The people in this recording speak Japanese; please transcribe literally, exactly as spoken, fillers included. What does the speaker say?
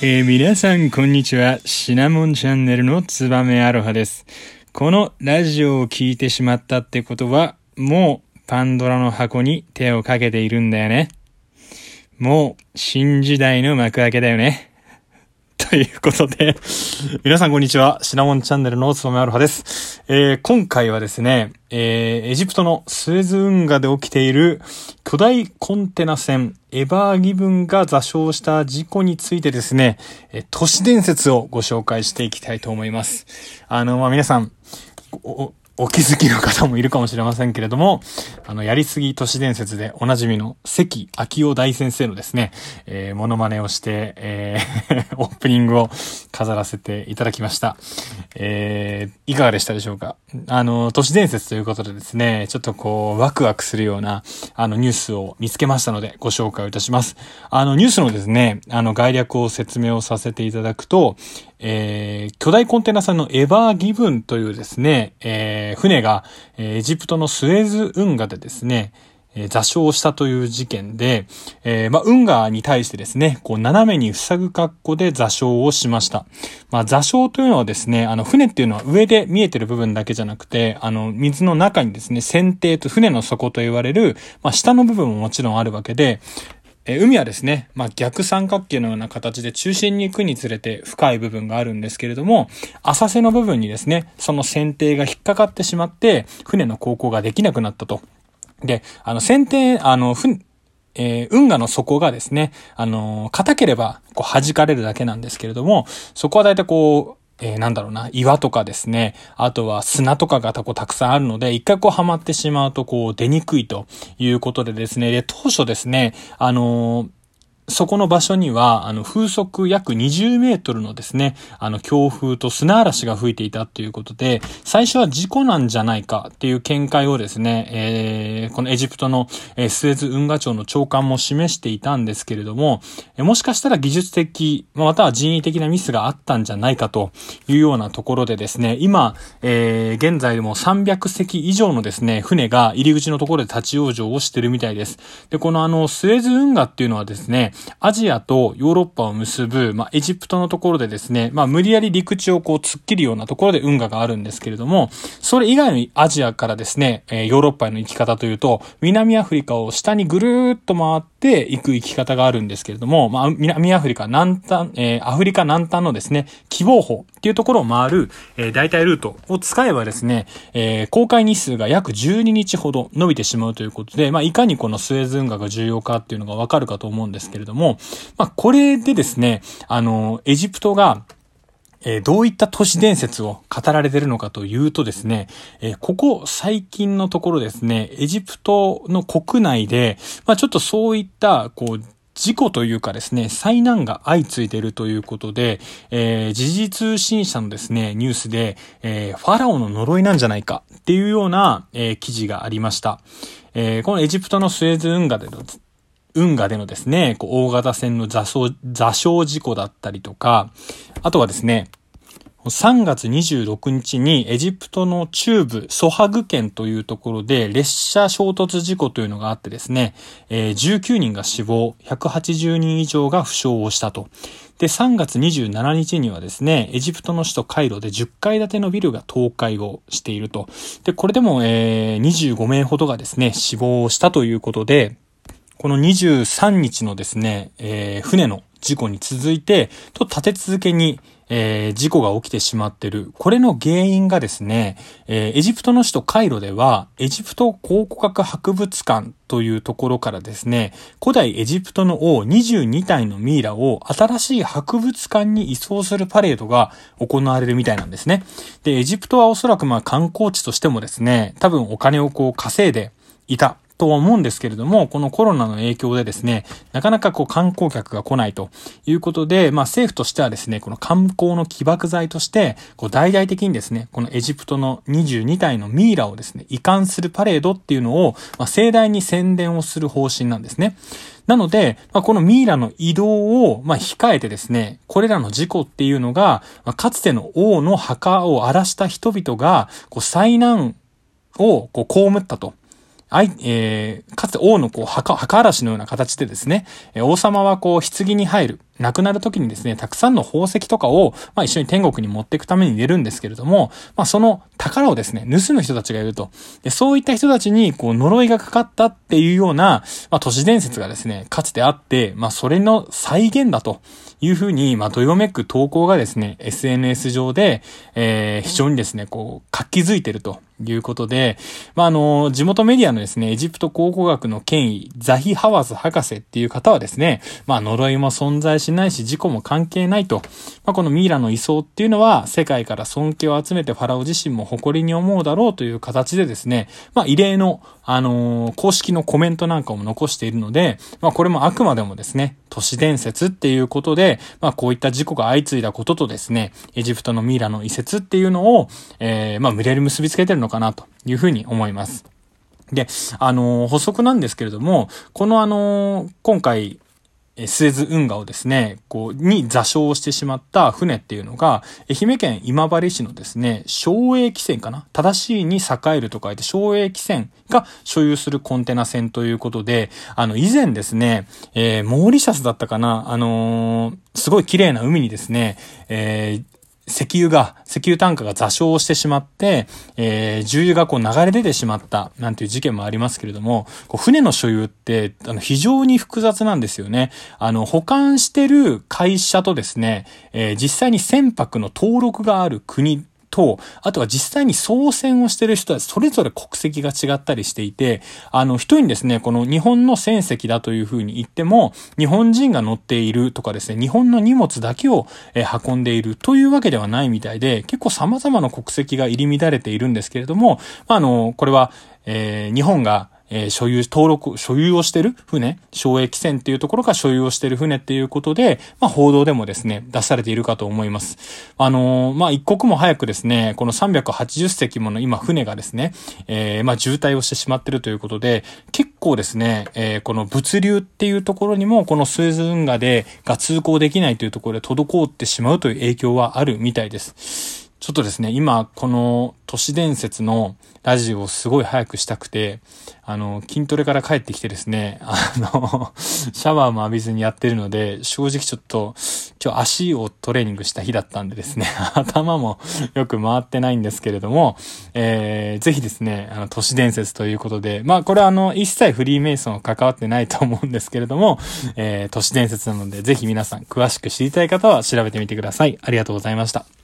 えー、皆さんこんにちは。シナモンチャンネルのツバメアロハです。このラジオを聞いてしまったってことは、もうパンドラの箱に手をかけているんだよね。もう新時代の幕開けだよね。ということで、皆さんこんにちは。シナモンチャンネルのツバメアロハです。えー、今回はですね、えー、エジプトのスエズ運河で起きている巨大コンテナ船エバーギブンが座礁した事故についてですね、えー、都市伝説をご紹介していきたいと思います。あの、まあ、皆さん、おお気づきの方もいるかもしれませんけれども、あの、やりすぎ都市伝説でおなじみの関明夫大先生のですね、えー、モノマネをして、えー、オープニングを飾らせていただきました。えー、いかがでしたでしょうか？あの、都市伝説ということでですね、ちょっとこう、ワクワクするような、あの、ニュースを見つけましたので、ご紹介をいたします。あの、ニュースのですね、あの、概略を説明をさせていただくと、えー、巨大コンテナ船のエバーギブンというですね、えー、船が、えー、エジプトのスエズ運河でですね、えー、座礁したという事件で、えー、まあ、運河に対してですね、こう、斜めに塞ぐ格好で座礁をしました。まあ、座礁というのはですね、あの、船っていうのは上で見えてる部分だけじゃなくて、あの、水の中にですね、船底と船の底と言われる、まあ、下の部分ももちろんあるわけで、え海はですね、まあ、逆三角形のような形で中心に行くにつれて深い部分があるんですけれども、浅瀬の部分にですね、その船底が引っかかってしまって、船の航行ができなくなったと。で、あの、船底、あの、ふえー、運河の底がですね、あのー、硬ければ、こう、弾かれるだけなんですけれども、そこはだいたいこう、えー、なんだろうな、岩とかですね、あとは砂とかがこうたくさんあるので、一回こうはまってしまうとこう出にくいということでですね、で、当初ですね、あのー、そこの場所には、あの、風速約にじゅうメートルのですね、あの、強風と砂嵐が吹いていたということで、最初は事故なんじゃないかっていう見解をですね、えー、このエジプトの、えー、スエズ運河庁の長官も示していたんですけれども、えー、もしかしたら技術的、または人為的なミスがあったんじゃないかというようなところでですね、今、えー、現在でもさんびゃくせき以上のですね、船が入り口のところで立ち往生をしてるみたいです。で、このあの、スエズ運河っていうのはですね、アジアとヨーロッパを結ぶ、まあ、エジプトのところでですね、まあ、無理やり陸地をこう突っ切るようなところで運河があるんですけれども、それ以外のアジアからですね、えー、ヨーロッパへの行き方というと、南アフリカを下にぐるーっと回って行く行き方があるんですけれども、まあ、南アフリカ南端、えー、アフリカ南端のですね、喜望峰っていうところを回る、えー、大体ルートを使えばですね、えー、航海日数が約じゅうににちほど伸びてしまうということで、まあ、いかにこのスエズ運河が重要かっていうのがわかるかと思うんですけれども、まあ、これでですね、あの、エジプトが、えー、どういった都市伝説を語られているのかというとですね、えー、ここ最近のところですね、エジプトの国内で、まあ、ちょっとそういった、こう、事故というかですね、災難が相次いでいるということで、えー、時事通信社のですね、ニュースで、えー、ファラオの呪いなんじゃないかっていうような、えー、記事がありました。えー、このエジプトのスエズ運河での運河でのですね、こう大型船の座礁、座礁事故だったりとか、あとはですね、さんがつにじゅうろくにちにエジプトの中部ソハグ県というところで列車衝突事故というのがあってですね、えー、じゅうきゅうにんが死亡、ひゃくはちじゅうにん以上が負傷をしたと。で、さんがつにじゅうしちにちにはですね、エジプトの首都カイロでじゅっかいだてのビルが倒壊をしていると。で、これでも、えー、にじゅうごめいほどがですね、死亡したということで、このにじゅうさんにちのですね、えー、船の事故に続いて、と立て続けに、えー、事故が起きてしまっている。これの原因がですね、えー、エジプトの首都カイロでは、エジプト考古学博物館というところからですね、古代エジプトの王にじゅうにたいのミイラを新しい博物館に移送するパレードが行われるみたいなんですね。で、エジプトはおそらくまあ観光地としてもですね、多分お金をこう稼いでいた。とは思うんですけれども、このコロナの影響でですね、なかなかこう観光客が来ないということで、まあ政府としてはですね、この観光の起爆剤として、こう大々的にですね、このエジプトのにじゅうにたいのミイラをですね、移管するパレードっていうのを、まあ、盛大に宣伝をする方針なんですね。なので、まあ、このミイラの移動を、まあ、控えてですね、これらの事故っていうのが、まあ、かつての王の墓を荒らした人々が、こう災難をこう被ったと。 あい、えー、かつて王のこう墓、墓荒らしのような形でですね、王様はこう棺に入る。亡くなる時にですね、たくさんの宝石とかを、まあ一緒に天国に持っていくために入れるんですけれども、まあその宝をですね、盗む人たちがいると。でそういった人たちに、こう呪いがかかったっていうような、まあ都市伝説がですね、かつてあって、まあそれの再現だというふうに、まあどよめく投稿がですね、エスエヌエス 上で、えー、非常にですね、こう、活気づいてると。いうことで、まあ、あの、地元メディアのですね、エジプト考古学の権威、ザヒ・ハワズ博士っていう方はですね、まあ、呪いも存在しないし、事故も関係ないと。まあ、このミイラの移送っていうのは、世界から尊敬を集めてファラオ自身も誇りに思うだろうという形でですね、まあ、異例の、あのー、公式のコメントなんかも残しているので、まあ、これもあくまでもですね、都市伝説っていうことで、まあ、こういった事故が相次いだこととですね、エジプトのミイラの移設っていうのを、えー、まあ、無理やり結びつけてるのかなというふうに思います。で、あのー、補足なんですけれども、このあのー、今回、スエズ運河をですね、こう、に座礁してしまった船っていうのが、愛媛県今治市のですね、正栄汽船かな正しいに栄えると書いて、正栄汽船が所有するコンテナ船ということで、あの、以前ですね、えー、モーリシャスだったかなあのー、すごい綺麗な海にですね、えー、石油が、石油タンカーが座礁してしまって、えー、重油がこう流れ出てしまった、なんていう事件もありますけれども、こう船の所有って、あの、非常に複雑なんですよね。あの、保管してる会社とですね、えー、実際に船舶の登録がある国と、あとは実際に操船をしている人たち、それぞれ国籍が違ったりしていて、あの、一人にですね、この日本の船籍だというふうに言っても、日本人が乗っているとかですね、日本の荷物だけを、えー、運んでいるというわけではないみたいで、結構様々な国籍が入り乱れているんですけれども、まあ、あの、これは、えー、日本が、えー、所有、登録、所有をしてる船、正栄汽船っていうところが所有をしてる船っていうことで、まあ報道でもですね、出されているかと思います。あのー、まあ一刻も早くですね、このさんびゃくはちじゅっせきもの今船がですね、えー、まあ渋滞をしてしまってるということで、結構ですね、えー、この物流っていうところにも、このスエズ運河でが通行できないというところで滞ってしまうという影響はあるみたいです。ちょっとですね、今、この都市伝説のラジオをすごい早くしたくて、あの、筋トレから帰ってきてですね、あの、シャワーも浴びずにやってるので、正直ちょっと、今日足をトレーニングした日だったんでですね、頭もよく回ってないんですけれども、えー、ぜひですね、あの、都市伝説ということで、まあ、これはあの、一切フリーメイソン関わってないと思うんですけれども、えー、都市伝説なので、ぜひ皆さん詳しく知りたい方は調べてみてください。ありがとうございました。